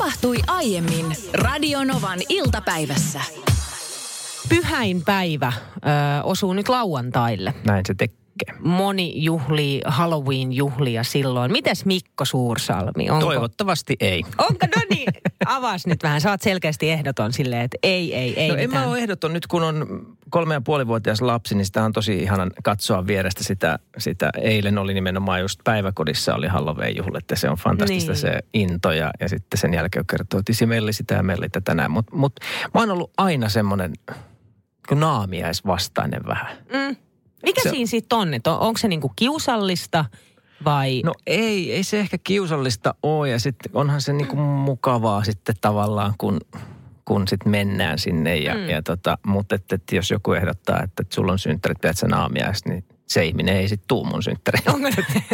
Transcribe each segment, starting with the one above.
tapahtui aiemmin Radionovan iltapäivässä. Pyhäinpäivä osuu nyt lauantaille. Näin se tekee. Moni juhlii Halloween-juhlia silloin. Mites Mikko Suursalmi? Onko? Toivottavasti ei. Onko? No niin, avas nyt vähän. Sä oot selkeästi ehdoton silleen, että ei. No en mä ole ehdoton. Nyt kun on 3,5-vuotias lapsi, niin sitä on tosi ihana katsoa vierestä sitä. Eilen oli nimenomaan just päiväkodissa oli Halloween-juhlat ja se on fantastista niin. Se into ja sitten sen jälkeen kertoo, että isi melli sitä ja melli tätä näin. Mut mä oon ollut aina semmoinen naamiaisvastainen vähän. Mikä siinä sitten on? Onko se niinku kiusallista vai? No ei se ehkä kiusallista ole ja sitten onhan se niinku mukavaa sitten tavallaan, kun sitten mennään sinne. Mutta jos joku ehdottaa, että sulla on synttärit, pidät sä naamiaista, niin se ihminen ei sitten tuu mun synttäriin.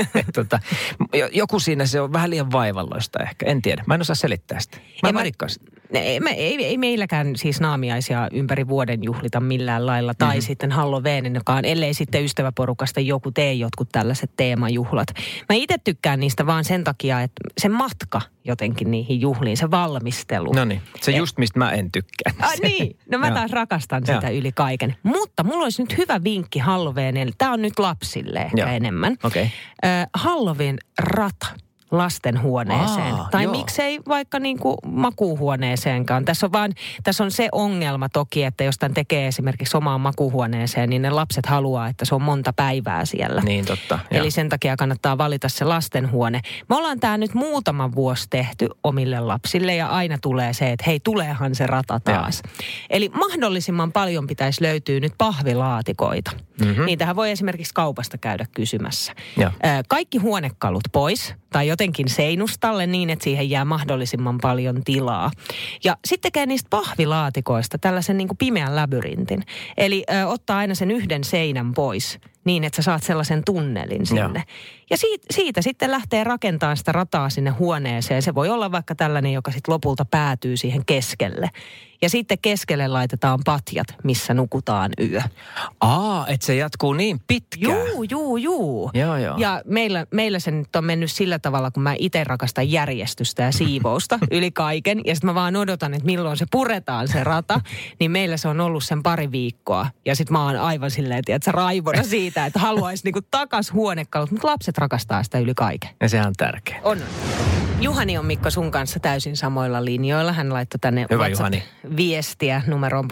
Joku siinä se on vähän liian vaivalloista ehkä, en tiedä. Mä en osaa selittää sitä. Mä rikkaan sitä. Ei meilläkään siis naamiaisia ympäri vuoden juhlita millään lailla. Tai sitten Halloweeninkaan, ellei sitten ystäväporukasta joku tee jotkut tällaiset teemajuhlat. Mä itse tykkään niistä vaan sen takia, että se matka jotenkin niihin juhliin, se valmistelu. No niin, se just mistä mä en tykkää. Niin, no mä taas rakastan sitä yli kaiken. Mutta mulla olisi nyt hyvä vinkki Halloweenille. Tää on nyt lapsille ehkä enemmän. Okay. Halloween rata lasten huoneeseen. Tai miksei vaikka niinku makuuhuoneeseenkaan. Tässä on se ongelma toki, että jos tämän tekee esimerkiksi omaan makuuhuoneeseen, niin ne lapset haluaa, että se on monta päivää siellä. Niin totta. Eli sen takia kannattaa valita se lastenhuone. Me ollaan tämä nyt muutama vuosi tehty omille lapsille ja aina tulee se, että hei, tuleehan se rata taas. Eli mahdollisimman paljon pitäisi löytyä nyt pahvilaatikoita. Niitähän voi esimerkiksi kaupasta käydä kysymässä. Kaikki huonekalut pois tai jotenkin seinustalle niin, että siihen jää mahdollisimman paljon tilaa. Ja sitten tekee niistä pahvilaatikoista tällaisen niin kuin pimeän labyrintin. Eli ottaa aina sen yhden seinän pois niin, että sä saat sellaisen tunnelin sinne. Ja siitä sitten lähtee rakentamaan sitä rataa sinne huoneeseen. Se voi olla vaikka tällainen, joka sitten lopulta päätyy siihen keskelle. Ja sitten keskelle laitetaan patjat, missä nukutaan yö. Että se jatkuu niin pitkään. Juu. Joo. Ja meillä se nyt on mennyt sillä tavalla, kun mä itse rakastan järjestystä ja siivousta yli kaiken. Ja sitten mä vaan odotan, että milloin se puretaan se rata. Niin meillä se on ollut sen pari viikkoa. Ja sitten mä oon aivan silleen, että raivona siitä, että haluaisi niinku takas huonekalut. Mutta lapset rakastaa sitä yli kaiken. Ja sehän on tärkeä. On. Juhani on Mikko sun kanssa täysin samoilla linjoilla. Hän laittoi tänne WhatsApp-viestiä numeroon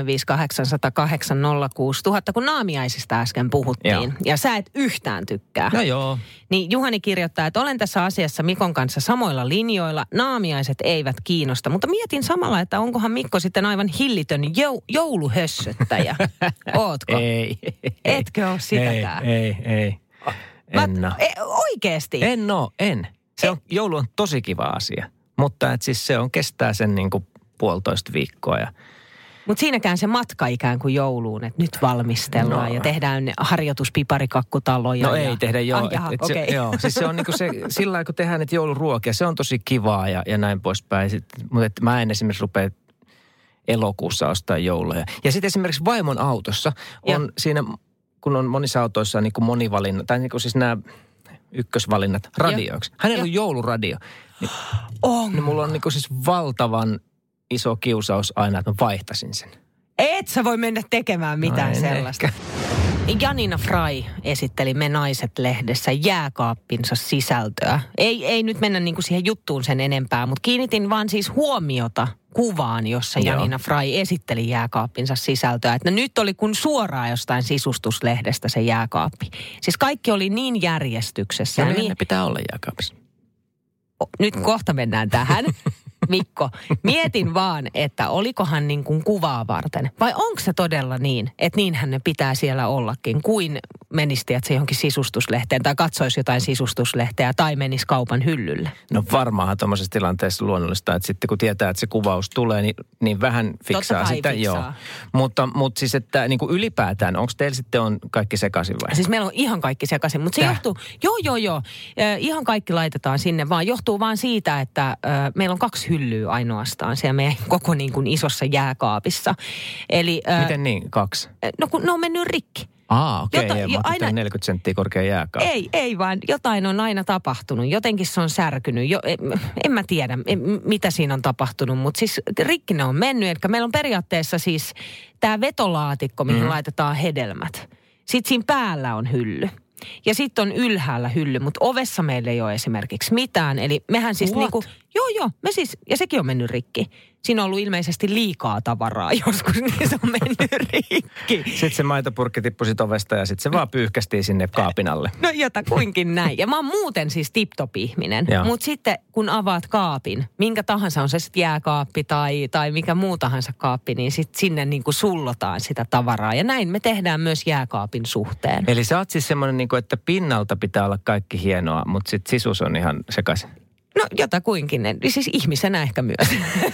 +3580806 kun naamiaisista äsken puhuttiin. Ja sä et yhtään tykkää. No joo. Niin Juhani kirjoittaa, että olen tässä asiassa Mikon kanssa samoilla linjoilla. Naamiaiset eivät kiinnosta, mutta mietin samalla, että onkohan Mikko sitten aivan hillitön jouluhössöttäjä. Ootko? Ei. Etkö ole sitäkään? Ei. Oikeesti? En. Joulu on tosi kiva asia, mutta siis se kestää sen niin kuin 1,5 viikkoa. Mutta siinäkään se matka ikään kuin jouluun, että nyt valmistellaan ja tehdään harjoituspiparikakkutaloja. No ei tehdä, siis se on niin kuin se, sillä lailla kun tehdään niitä jouluruokia, se on tosi kivaa ja näin poispäin. Mutta mä en esimerkiksi rupea elokuussa ostaa jouluja. Ja sitten esimerkiksi vaimon autossa on siinä, kun on monissa autoissa niin kuin monivalinna, tai niin kuin siis nämä ykkösvalinnat radioiksi. Hänellä on jouluradio. Niin mulla on niinku siis valtavan iso kiusaus aina, että mä vaihtasin sen. Et sä voi mennä tekemään mitään sellaista. Ehkä. Janina Fry esitteli Me Naiset-lehdessä jääkaappinsa sisältöä. Ei nyt mennä niinku siihen juttuun sen enempää, mutta kiinnitin vaan siis huomiota kuvaan, jossa Janina Fry esitteli jääkaappinsa sisältöä. Että nyt oli kun suoraan jostain sisustuslehdestä se jääkaappi. Siis kaikki oli niin järjestyksessä. Ja niin ne pitää olla jääkaapissa. Nyt kohta mennään tähän. Mikko, mietin vaan, että olikohan niin kuin kuvaa varten. Vai onko se todella niin, että niinhän ne pitää siellä ollakin, kuin menisi se johonkin sisustuslehteen tai katsoisi jotain sisustuslehteä tai menisi kaupan hyllylle? No varmaanhan tuommoisessa tilanteessa luonnollista, että sitten kun tietää, että se kuvaus tulee, niin vähän fiksaa sitä. Joo. Mutta siis, että niin kuin ylipäätään, onko teillä sitten on kaikki sekaisin vai? Siis meillä on ihan kaikki sekaisin, mutta se johtuu, joo. Ihan kaikki laitetaan sinne, vaan johtuu vaan siitä, että meillä on 2 hyllyä ainoastaan siellä meidän koko niin kuin isossa jääkaapissa. Eli, miten niin, 2? No kun ne on mennyt rikki. Okei. Mä aina 40 senttiä korkea jääkaappi. Ei vaan. Jotain on aina tapahtunut. Jotenkin se on särkynyt. En mä tiedä, mitä siinä on tapahtunut, mutta siis rikki ne on mennyt. Eli meillä on periaatteessa siis tämä vetolaatikko, mihin laitetaan hedelmät. Sitten siinä päällä on hylly. Ja sitten on ylhäällä hylly, mutta ovessa meillä ei ole esimerkiksi mitään. Eli mehän siis ja sekin on mennyt rikki. Siinä on ollut ilmeisesti liikaa tavaraa joskus, niin se on mennyt rikki. Sitten se maitopurkki tippui sit ovesta ja sitten se vaan pyyhkästiin sinne kaapin alle. No jotakuinkin näin. Ja mä oon muuten siis tip-top-ihminen. Mutta sitten kun avaat kaapin, minkä tahansa on se sitten jääkaappi tai mikä muu tahansa kaappi, niin sitten sinne niin kuin sullotaan sitä tavaraa. Ja näin me tehdään myös jääkaapin suhteen. Eli sä oot siis semmoinen, niin kuin, että pinnalta pitää olla kaikki hienoa, mutta sitten sisus on ihan sekaisin. No jotakuinkin, siis ihmisenä ehkä myös.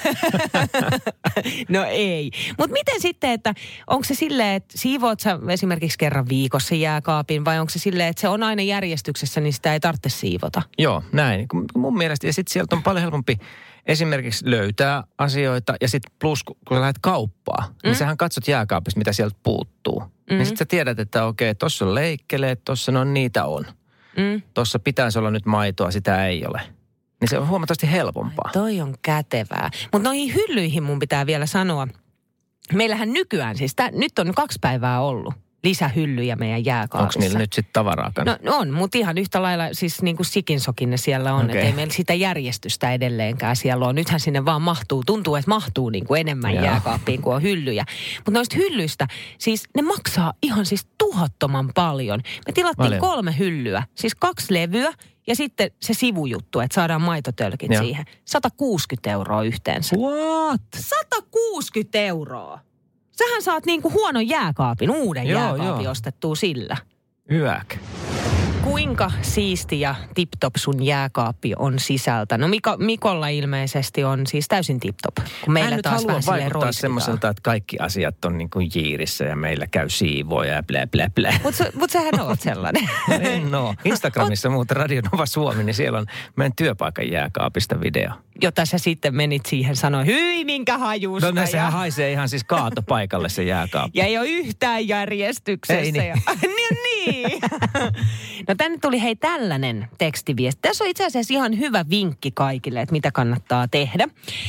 No ei. Mutta miten sitten, että onko se silleen, että siivoat sä esimerkiksi kerran viikossa jääkaapin vai onko se silleen, että se on aina järjestyksessä, niin sitä ei tarvitse siivota? Joo, näin. Mun mielestä. Ja sitten sieltä on paljon helpompi esimerkiksi löytää asioita ja sitten plus kun sä lähdet kauppaan, niin sähän katsot jääkaapista, mitä sieltä puuttuu. Niin sitten sä tiedät, että okei, tossa on leikkeleet, tossa niitä on. Tossa pitäisi olla nyt maitoa, sitä ei ole. Niin se on huomattavasti helpompaa. Toi on kätevää. Mutta noihin hyllyihin mun pitää vielä sanoa. Meillähän nykyään siis, nyt on 2 päivää ollut lisähyllyjä meidän jääkaapissa. Onko niillä nyt sitten tavaraa kanssa? No on, mutta ihan yhtä lailla siis niin kuin sikinsokin ne siellä on. Okay. Että ei meillä sitä järjestystä edelleenkään siellä on. Nythän sinne vaan tuntuu, että mahtuu niin kuin enemmän jääkaappiin kuin on hyllyjä. Mutta noista hyllyistä, siis ne maksaa ihan siis tuhottoman paljon. Me tilattiin 3 hyllyä, siis 2 levyä. Ja sitten se sivujuttu, että saadaan maitotölkit siihen. 160 € yhteensä. What? 160 €. Sähän saat niinku huonon jääkaapin, uuden jääkaapin ostettua sillä. Yäk. Kuinka siisti ja tip-top sun jääkaappi on sisältä? No Mikolla ilmeisesti on siis täysin tip-top. Kun meillä taas vähän silleen vaikuttaa roiskitaan semmoiselta, että kaikki asiat on niin kuin jiirissä ja meillä käy siivoja ja blä blä blä. Mut sähän oot sellainen. No, Instagramissa muuten Radio Nova Suomi, niin siellä on meidän työpaikan jääkaapista video. Jota sä sitten menit siihen sanoin, hyi minkä hajusta. No sehän haisee ihan siis kaatopaikalle se jääkaappi. Ja ei ole yhtään järjestyksessä. Ei niin. Niin. No tänne tuli tällainen tekstiviesti. Tässä on itse asiassa ihan hyvä vinkki kaikille, että mitä kannattaa tehdä.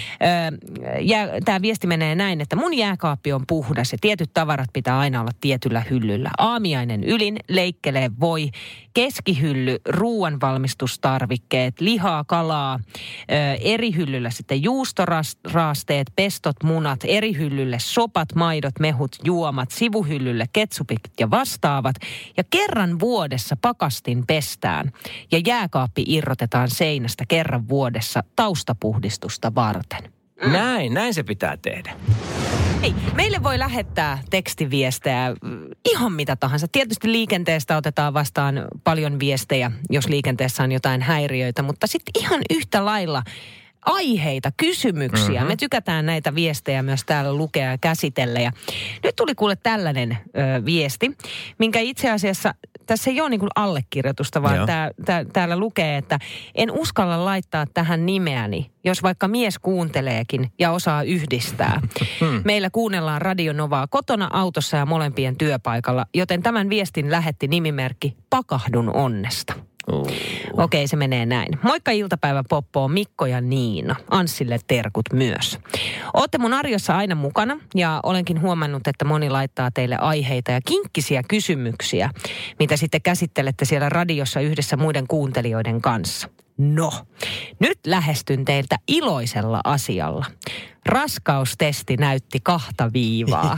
Tämä viesti menee näin, että mun jääkaappi on puhdas ja tietyt tavarat pitää aina olla tietyllä hyllyllä. Aamiainen ylin, leikkelee voi, keskihylly, ruoanvalmistustarvikkeet, lihaa, kalaa, eri hyllyllä sitten juustoraasteet, pestot, munat, eri hyllylle sopat, maidot, mehut, juomat, sivuhyllylle ketsupit ja vastaavat. Ja kerran vuodessa pakastin pestään ja jääkaappi irrotetaan seinästä kerran vuodessa taustapuhdistusta varten. Näin se pitää tehdä. Ei, meille voi lähettää tekstiviestejä ihan mitä tahansa. Tietysti liikenteestä otetaan vastaan paljon viestejä, jos liikenteessä on jotain häiriöitä, mutta sitten ihan yhtä lailla aiheita, kysymyksiä. Me tykätään näitä viestejä myös täällä lukea ja käsitellä. Ja nyt tuli kuule tällainen viesti, minkä itse asiassa tässä ei ole niin kuin allekirjoitusta, vaan täällä lukee, että en uskalla laittaa tähän nimeäni, jos vaikka mies kuunteleekin ja osaa yhdistää. Meillä kuunnellaan Radio Novaa kotona, autossa ja molempien työpaikalla, joten tämän viestin lähetti nimimerkki Pakahdun onnesta. Okei, se menee näin. Moikka iltapäivä Poppo, Mikko ja Niina. Anssille terkut myös. Ootte mun arjossa aina mukana ja olenkin huomannut, että moni laittaa teille aiheita ja kinkkisiä kysymyksiä, mitä sitten käsittelette siellä radiossa yhdessä muiden kuuntelijoiden kanssa. No, nyt lähestyn teiltä iloisella asialla. Raskaustesti näytti 2 viivaa.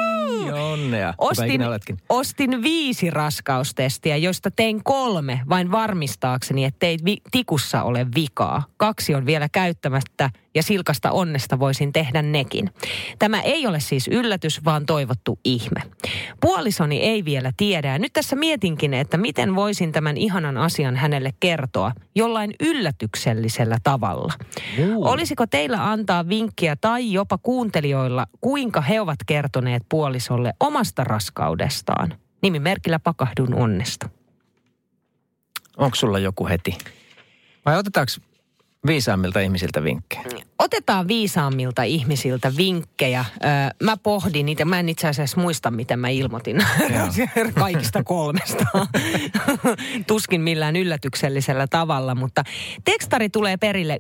Onnea. Ostin 5 raskaustestiä, joista tein 3 vain varmistaakseni, ettei tikussa ole vikaa. 2 on vielä käyttämättä ja silkasta onnesta voisin tehdä nekin. Tämä ei ole siis yllätys, vaan toivottu ihme. Puolisoni ei vielä tiedä ja nyt tässä mietinkin, että miten voisin tämän ihanan asian hänelle kertoa jollain yllätyksellisellä tavalla. Olisiko teillä antaa vinkkiä tai jopa kuuntelijoilla, kuinka he ovat kertoneet puolisolle omasta raskaudestaan? Nimimerkillä Pakahdun onnesta. Onko sulla joku heti? Vai otetaanko viisaammilta ihmisiltä vinkkejä? Otetaan viisaammilta ihmisiltä vinkkejä. Mä pohdin niitä. Mä en itse asiassa muista, miten mä ilmoitin kaikista 3. Tuskin millään yllätyksellisellä tavalla, mutta tekstari tulee perille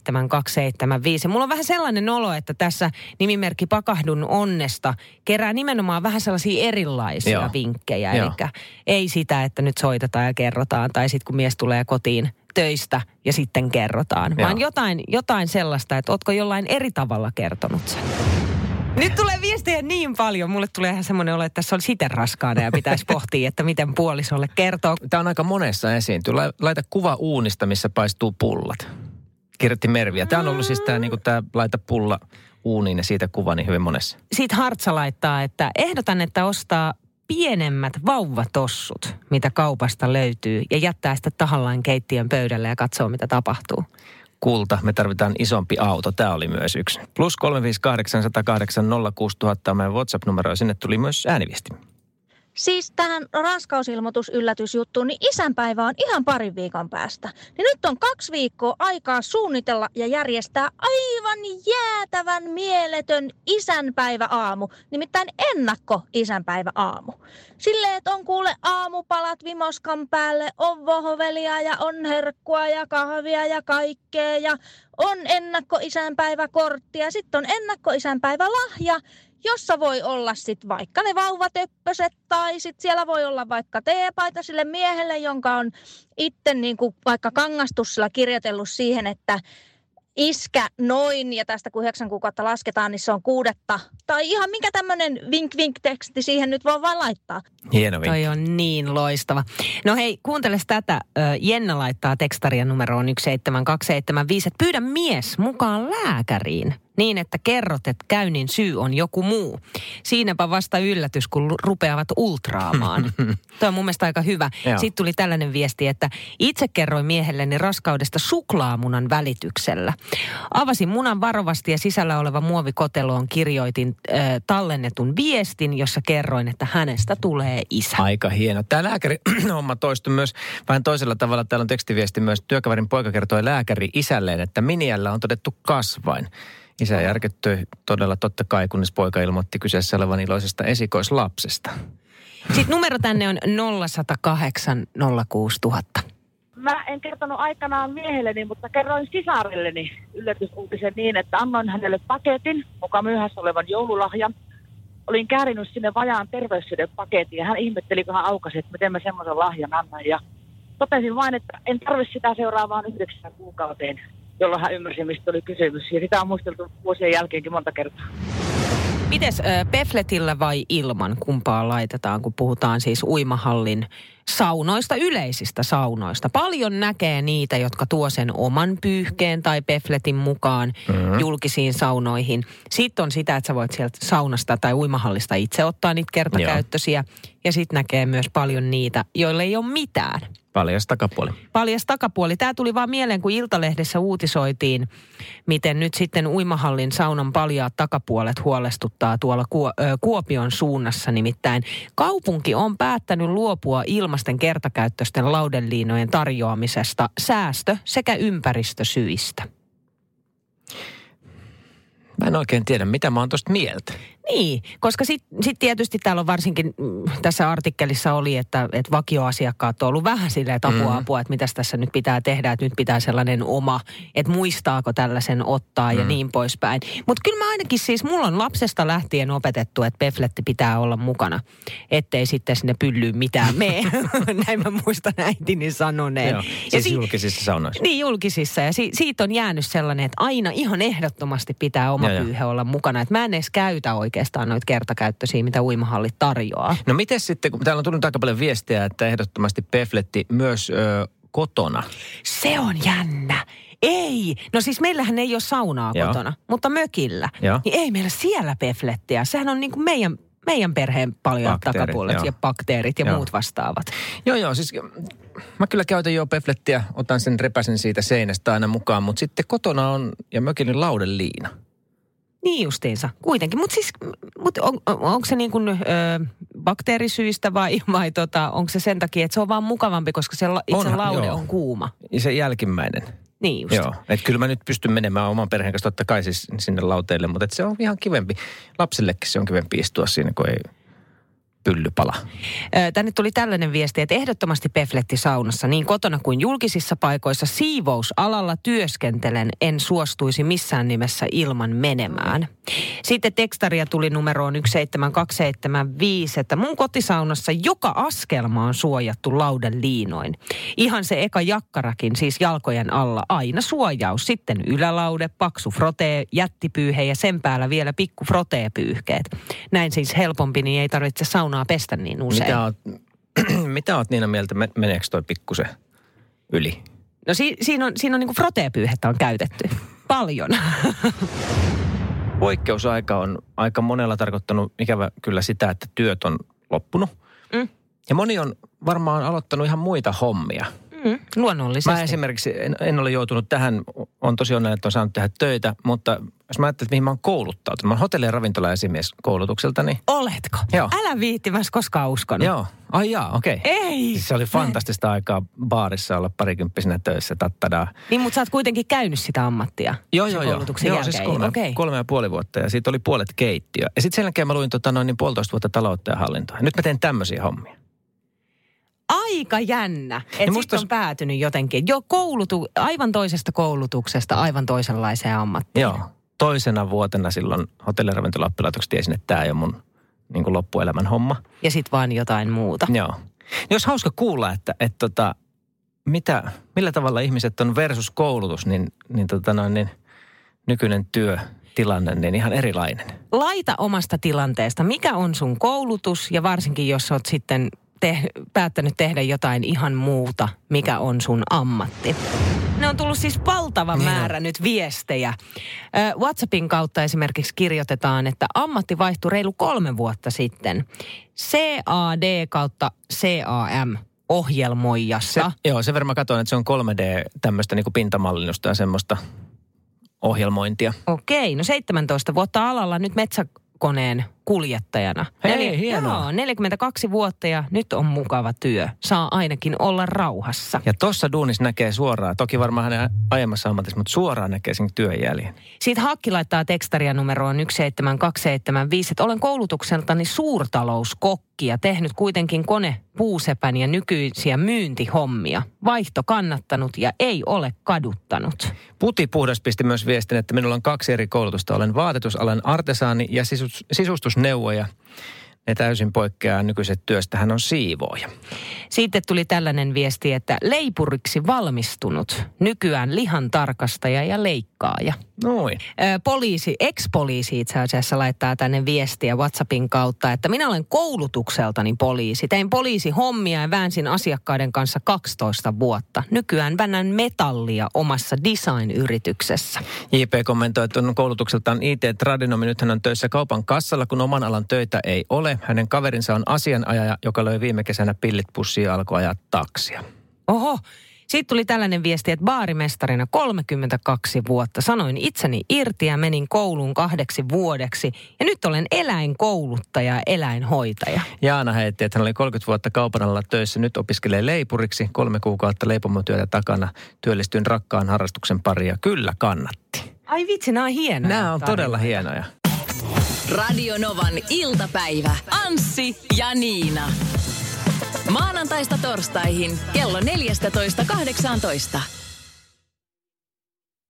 17275. Mulla on vähän sellainen olo, että tässä nimimerkki Pakahdun onnesta kerää nimenomaan vähän sellaisia erilaisia vinkkejä. Eli ei sitä, että nyt soitetaan ja kerrotaan, tai sitten kun mies tulee kotiin töistä ja sitten kerrotaan, vaan jotain sellaista, että ootko jollain eri tavalla kertonut sen. Nyt tulee viestejä niin paljon. Mulle tulee ihan semmoinen olo, että tässä on siten raskaana ja pitäisi pohtia, että miten puolisolle kertoo. Tämä on aika monessa esiintyy. Laita kuva uunista, missä paistuu pullat. Kirjoitti Merviä. Tämä on ollut siis tämä laita pulla uuniin ja siitä kuva niin hyvin monessa. Siitä Hartsa laittaa, että ehdotan, että ostaa pienemmät vauvatossut, mitä kaupasta löytyy, ja jättää sitä tahallaan keittiön pöydälle ja katsoo, mitä tapahtuu. Kulta, me tarvitaan isompi auto. Tämä oli myös yksi. Plus 358 108 06000 on meidän WhatsApp-numero, ja sinne tuli myös ääniviesti. Siis tähän raskausilmoitusyllätysjuttuun, niin isänpäivä on ihan parin viikon päästä. Niin nyt on 2 viikkoa aikaa suunnitella ja järjestää aivan jäätävän mieletön isänpäiväaamu. Nimittäin ennakko-isänpäiväaamu. Silleen, että on kuule aamupalat vimoskan päälle, on vohvelia ja on herkkua ja kahvia ja kaikkea. Ja on ennakko-isänpäiväkortti ja sitten on ennakko-isänpäivälahja, jossa voi olla sitten vaikka ne vauvatöppöset tai sitten siellä voi olla vaikka teepaita sille miehelle, jonka on itse niinku vaikka kangastussilla kirjoitellut siihen, että iskä noin ja tästä kun 9 kuukautta lasketaan, niin se on 6. Tai ihan mikä tämmöinen vink-vink-teksti siihen nyt voi vaan laittaa. Hieno vinkki. Toi on niin loistava. No hei, kuunteles tätä. Jenna laittaa tekstaria numeroon 17275, että pyydä mies mukaan lääkäriin. Niin, että kerrot, että käynnin syy on joku muu. Siinäpä vasta yllätys, kun rupeavat ultraamaan. Tuo on mun mielestä aika hyvä. Joo. Sitten tuli tällainen viesti, että itse kerroin miehelleni raskaudesta suklaamunan välityksellä. Avasin munan varovasti ja sisällä oleva muovikoteloon kirjoitin tallennetun viestin, jossa kerroin, että hänestä tulee isä. Aika hieno. Tämä lääkäri homma toistui myös vähän toisella tavalla. Täällä on tekstiviesti myös. Työkaverin poika kertoi lääkäri isälleen, että miniällä on todettu kasvain. Isä järkyttyi todella totta kai, kunnes poika ilmoitti kyseessä olevan iloisesta esikoislapsesta. Sitten numero tänne on 0108 06000. Mä en kertonut aikanaan miehelleni, mutta kerroin sisarelleni yllätysuutisen niin, että annoin hänelle paketin, mukaan myöhässä olevan joululahjan. Olin käärinyt sinne vajaan terveyssyyden paketin ja hän ihmetteli, kun hän aukasi, että miten mä semmoisen lahjan annan. Ja totesin vain, että en tarvitse sitä seuraavaan 9 kuukauteen, jolloin hän ymmärsi, mistä oli kysymys. Ja sitä on muisteltu vuosien jälkeenkin monta kertaa. Mites pefletillä vai ilman, kumpaa laitetaan, kun puhutaan siis uimahallin saunoista, yleisistä saunoista? Paljon näkee niitä, jotka tuo sen oman pyyhkeen tai pefletin mukaan julkisiin saunoihin. Sitten on sitä, että sä voit sieltä saunasta tai uimahallista itse ottaa niitä kertakäyttöisiä. Ja sitten näkee myös paljon niitä, joille ei ole mitään. Paljas takapuoli. Paljas takapuoli. Tämä tuli vaan mieleen, kun Iltalehdessä uutisoitiin, miten nyt sitten uimahallin saunan paljaat takapuolet huolestuttaa tuolla Kuopion suunnassa. Nimittäin kaupunki on päättänyt luopua ilmaisten kertakäyttöisten laudeliinojen tarjoamisesta säästö- sekä ympäristösyistä. Mä en oikein tiedä, mitä mä oon tosta mieltä. Niin, koska sit tietysti täällä on varsinkin, tässä artikkelissa oli, että vakioasiakkaat on ollut vähän silleen apua, että mitäs tässä nyt pitää tehdä, että nyt pitää sellainen oma, että muistaako tällaisen ottaa ja niin poispäin. Mutta kyllä mä ainakin siis, mulla on lapsesta lähtien opetettu, että pefletti pitää olla mukana, ettei sitten sinne pyllyyn mitään mene. Näin mä muistan äitini sanoneen. Joo, siis julkisissa saunoissa. Niin, julkisissa. Ja siitä on jäänyt sellainen, että aina ihan ehdottomasti pitää oma pyyhe olla mukana. Että mä en edes käytä oikeastaan noita kertakäyttöisiä, mitä uimahallit tarjoaa. No miten sitten, kun täällä on tullut aika paljon viestiä, että ehdottomasti pefletti myös kotona. Se on jännä. Ei. No siis meillähän ei ole saunaa kotona, mutta mökillä. Niin ei meillä siellä peflettiä. Sehän on niin kuin meidän perheen paljon takapuolet ja bakteerit ja muut vastaavat. Joo, siis mä kyllä käytän jo peflettiä, otan sen repäsen siitä seinästä aina mukaan, mutta sitten kotona on ja mökillä laudeliina. Niin justiinsa, kuitenkin. Mutta siis, onko se niin kuin bakteerisyistä vai onko se sen takia, että se on vaan mukavampi, koska se itse laude on kuuma? Ja se jälkimmäinen. Niin just. Joo, että kyllä mä nyt pystyn menemään oman perheen kanssa totta kai siis sinne lauteille, mutta se on ihan kivempi. Lapsellekin se on kivempi istua siinä, kun ei pylly pala. Tänne tuli tällainen viesti, että ehdottomasti pefletti saunassa, niin kotona kuin julkisissa paikoissa siivousalalla työskentelen, en suostuisi missään nimessä ilman menemään. Sitten tekstaria tuli numeroon 17275, että mun kotisaunassa joka askelma on suojattu laudan liinoin. Ihan se eka jakkarakin, siis jalkojen alla, aina suojaus. Sitten ylälaude, paksu frotee, jättipyyhe ja sen päällä vielä pikku froteepyyhkeet. Näin siis helpompi, niin ei tarvitse saunaa pestä niin usein. Mitä oot Niina mieltä, meneekö toi pikkusen yli? No siinä on niin kuin froteepyyhettä on käytetty. Paljon. Poikkeusaika on aika monella tarkoittanut ikävä kyllä sitä, että työt on loppunut. Ja moni on varmaan aloittanut ihan muita hommia. Luonnollisesti. Mä esimerkiksi en ole joutunut tähän, on tosi onnellinen, että on saanut tehdä töitä, mutta jos mä ajattelen, että mihin mä oon kouluttautunut. Mä oon hotelli- ja ravintola-esimies koulutukseltani. Oletko? Joo. Älä viittimässä koskaan uskonut. Joo. Ai jaa, okei. Okay. Ei. Siis se oli fantastista aikaa baarissa olla parikymppisenä töissä, tattadaa. Niin, mutta sä oot kuitenkin käynyt sitä ammattia. Joo. Koulutuksen Joo, siis jälkeen. 3,5 vuotta ja siitä oli puolet keittiö. Ja sitten sen jälkeen mä luin 1,5 vuotta taloutta ja hallintoa. Ja nyt mä teen tämmöisiä hommia. Aika jännä, että sitten on päätynyt jotenkin jo aivan toisesta koulutuksesta aivan toisenlaiseen ammattiin. Joo. Toisena vuotena silloin hotelli- ja ravintola-oppilaitoksessa tiesin, että tämä ei ole mun niin kuin loppuelämän homma. Ja sitten vaan jotain muuta. Joo. Jos hauska kuulla, että millä tavalla ihmiset on versus koulutus, niin nykyinen työtilanne niin ihan erilainen. Laita omasta tilanteesta. Mikä on sun koulutus ja varsinkin jos oot sitten päättänyt tehdä jotain ihan muuta, mikä on sun ammatti. Ne on tullut siis valtava määrä nyt viestejä. WhatsAppin kautta esimerkiksi kirjoitetaan, että ammatti vaihtui reilu 3 vuotta sitten. CAD kautta CAM ohjelmoijassa. Sen verran mä katsoin, että se on 3D tämmöistä niin kuin pintamallinnusta ja semmoista ohjelmointia. Okei, no 17 vuotta alalla nyt metsäkoneen kuljettajana. Hei, hienoa. Joo, 42 vuotta ja nyt on mukava työ. Saa ainakin olla rauhassa. Ja tossa duunissa näkee suoraan, toki varmaan hänen aiemmassa ammatissa, mutta suoraan näkee sen työnjäljen. Siitä Hakki laittaa tekstaria numeroon 17275, että olen koulutukseltani suurtalouskokki ja tehnyt kuitenkin puusepän ja nykyisiä myyntihommia. Vaihto kannattanut ja ei ole kaduttanut. Puti Puhdas pisti myös viestin, että minulla on 2 eri koulutusta. Olen vaatetusalan artesaani ja sisustusneuvoja. Ne täysin poikkeaa nykyiset työstä. Hän on siivooja. Sitten tuli tällainen viesti, että leipuriksi valmistunut, nykyään lihantarkastaja ja leikkaaja. Noin. Ex-poliisi itse asiassa laittaa tänne viestiä WhatsAppin kautta, että minä olen koulutukseltani poliisi. Tein poliisihommia ja väänsin asiakkaiden kanssa 12 vuotta. Nykyään väännän metallia omassa design-yrityksessä. JP kommentoi, että on koulutukseltaan IT-tradinomi. Nyt hän on töissä kaupan kassalla, kun oman alan töitä ei ole. Hänen kaverinsa on asianajaja, joka löi viime kesänä pillit pussiin ja alkoi ajaa taksia. Oho. Sitten tuli tällainen viesti, että baarimestarina 32 vuotta. Sanoin itseni irti ja menin kouluun 2 vuodeksi. Ja nyt olen eläinkouluttaja ja eläinhoitaja. Jaana heitti, että hän oli 30 vuotta kaupan alalla töissä. Nyt opiskelee leipuriksi. 3 kuukautta leipomotyötä takana. Työllistyin rakkaan harrastuksen pariin ja kyllä kannatti. Ai vitsi, nämä on hienoja. Nämä on todella hienoja. Radio Novan iltapäivä. Anssi ja Niina. Maanantaista torstaihin kello 14.18.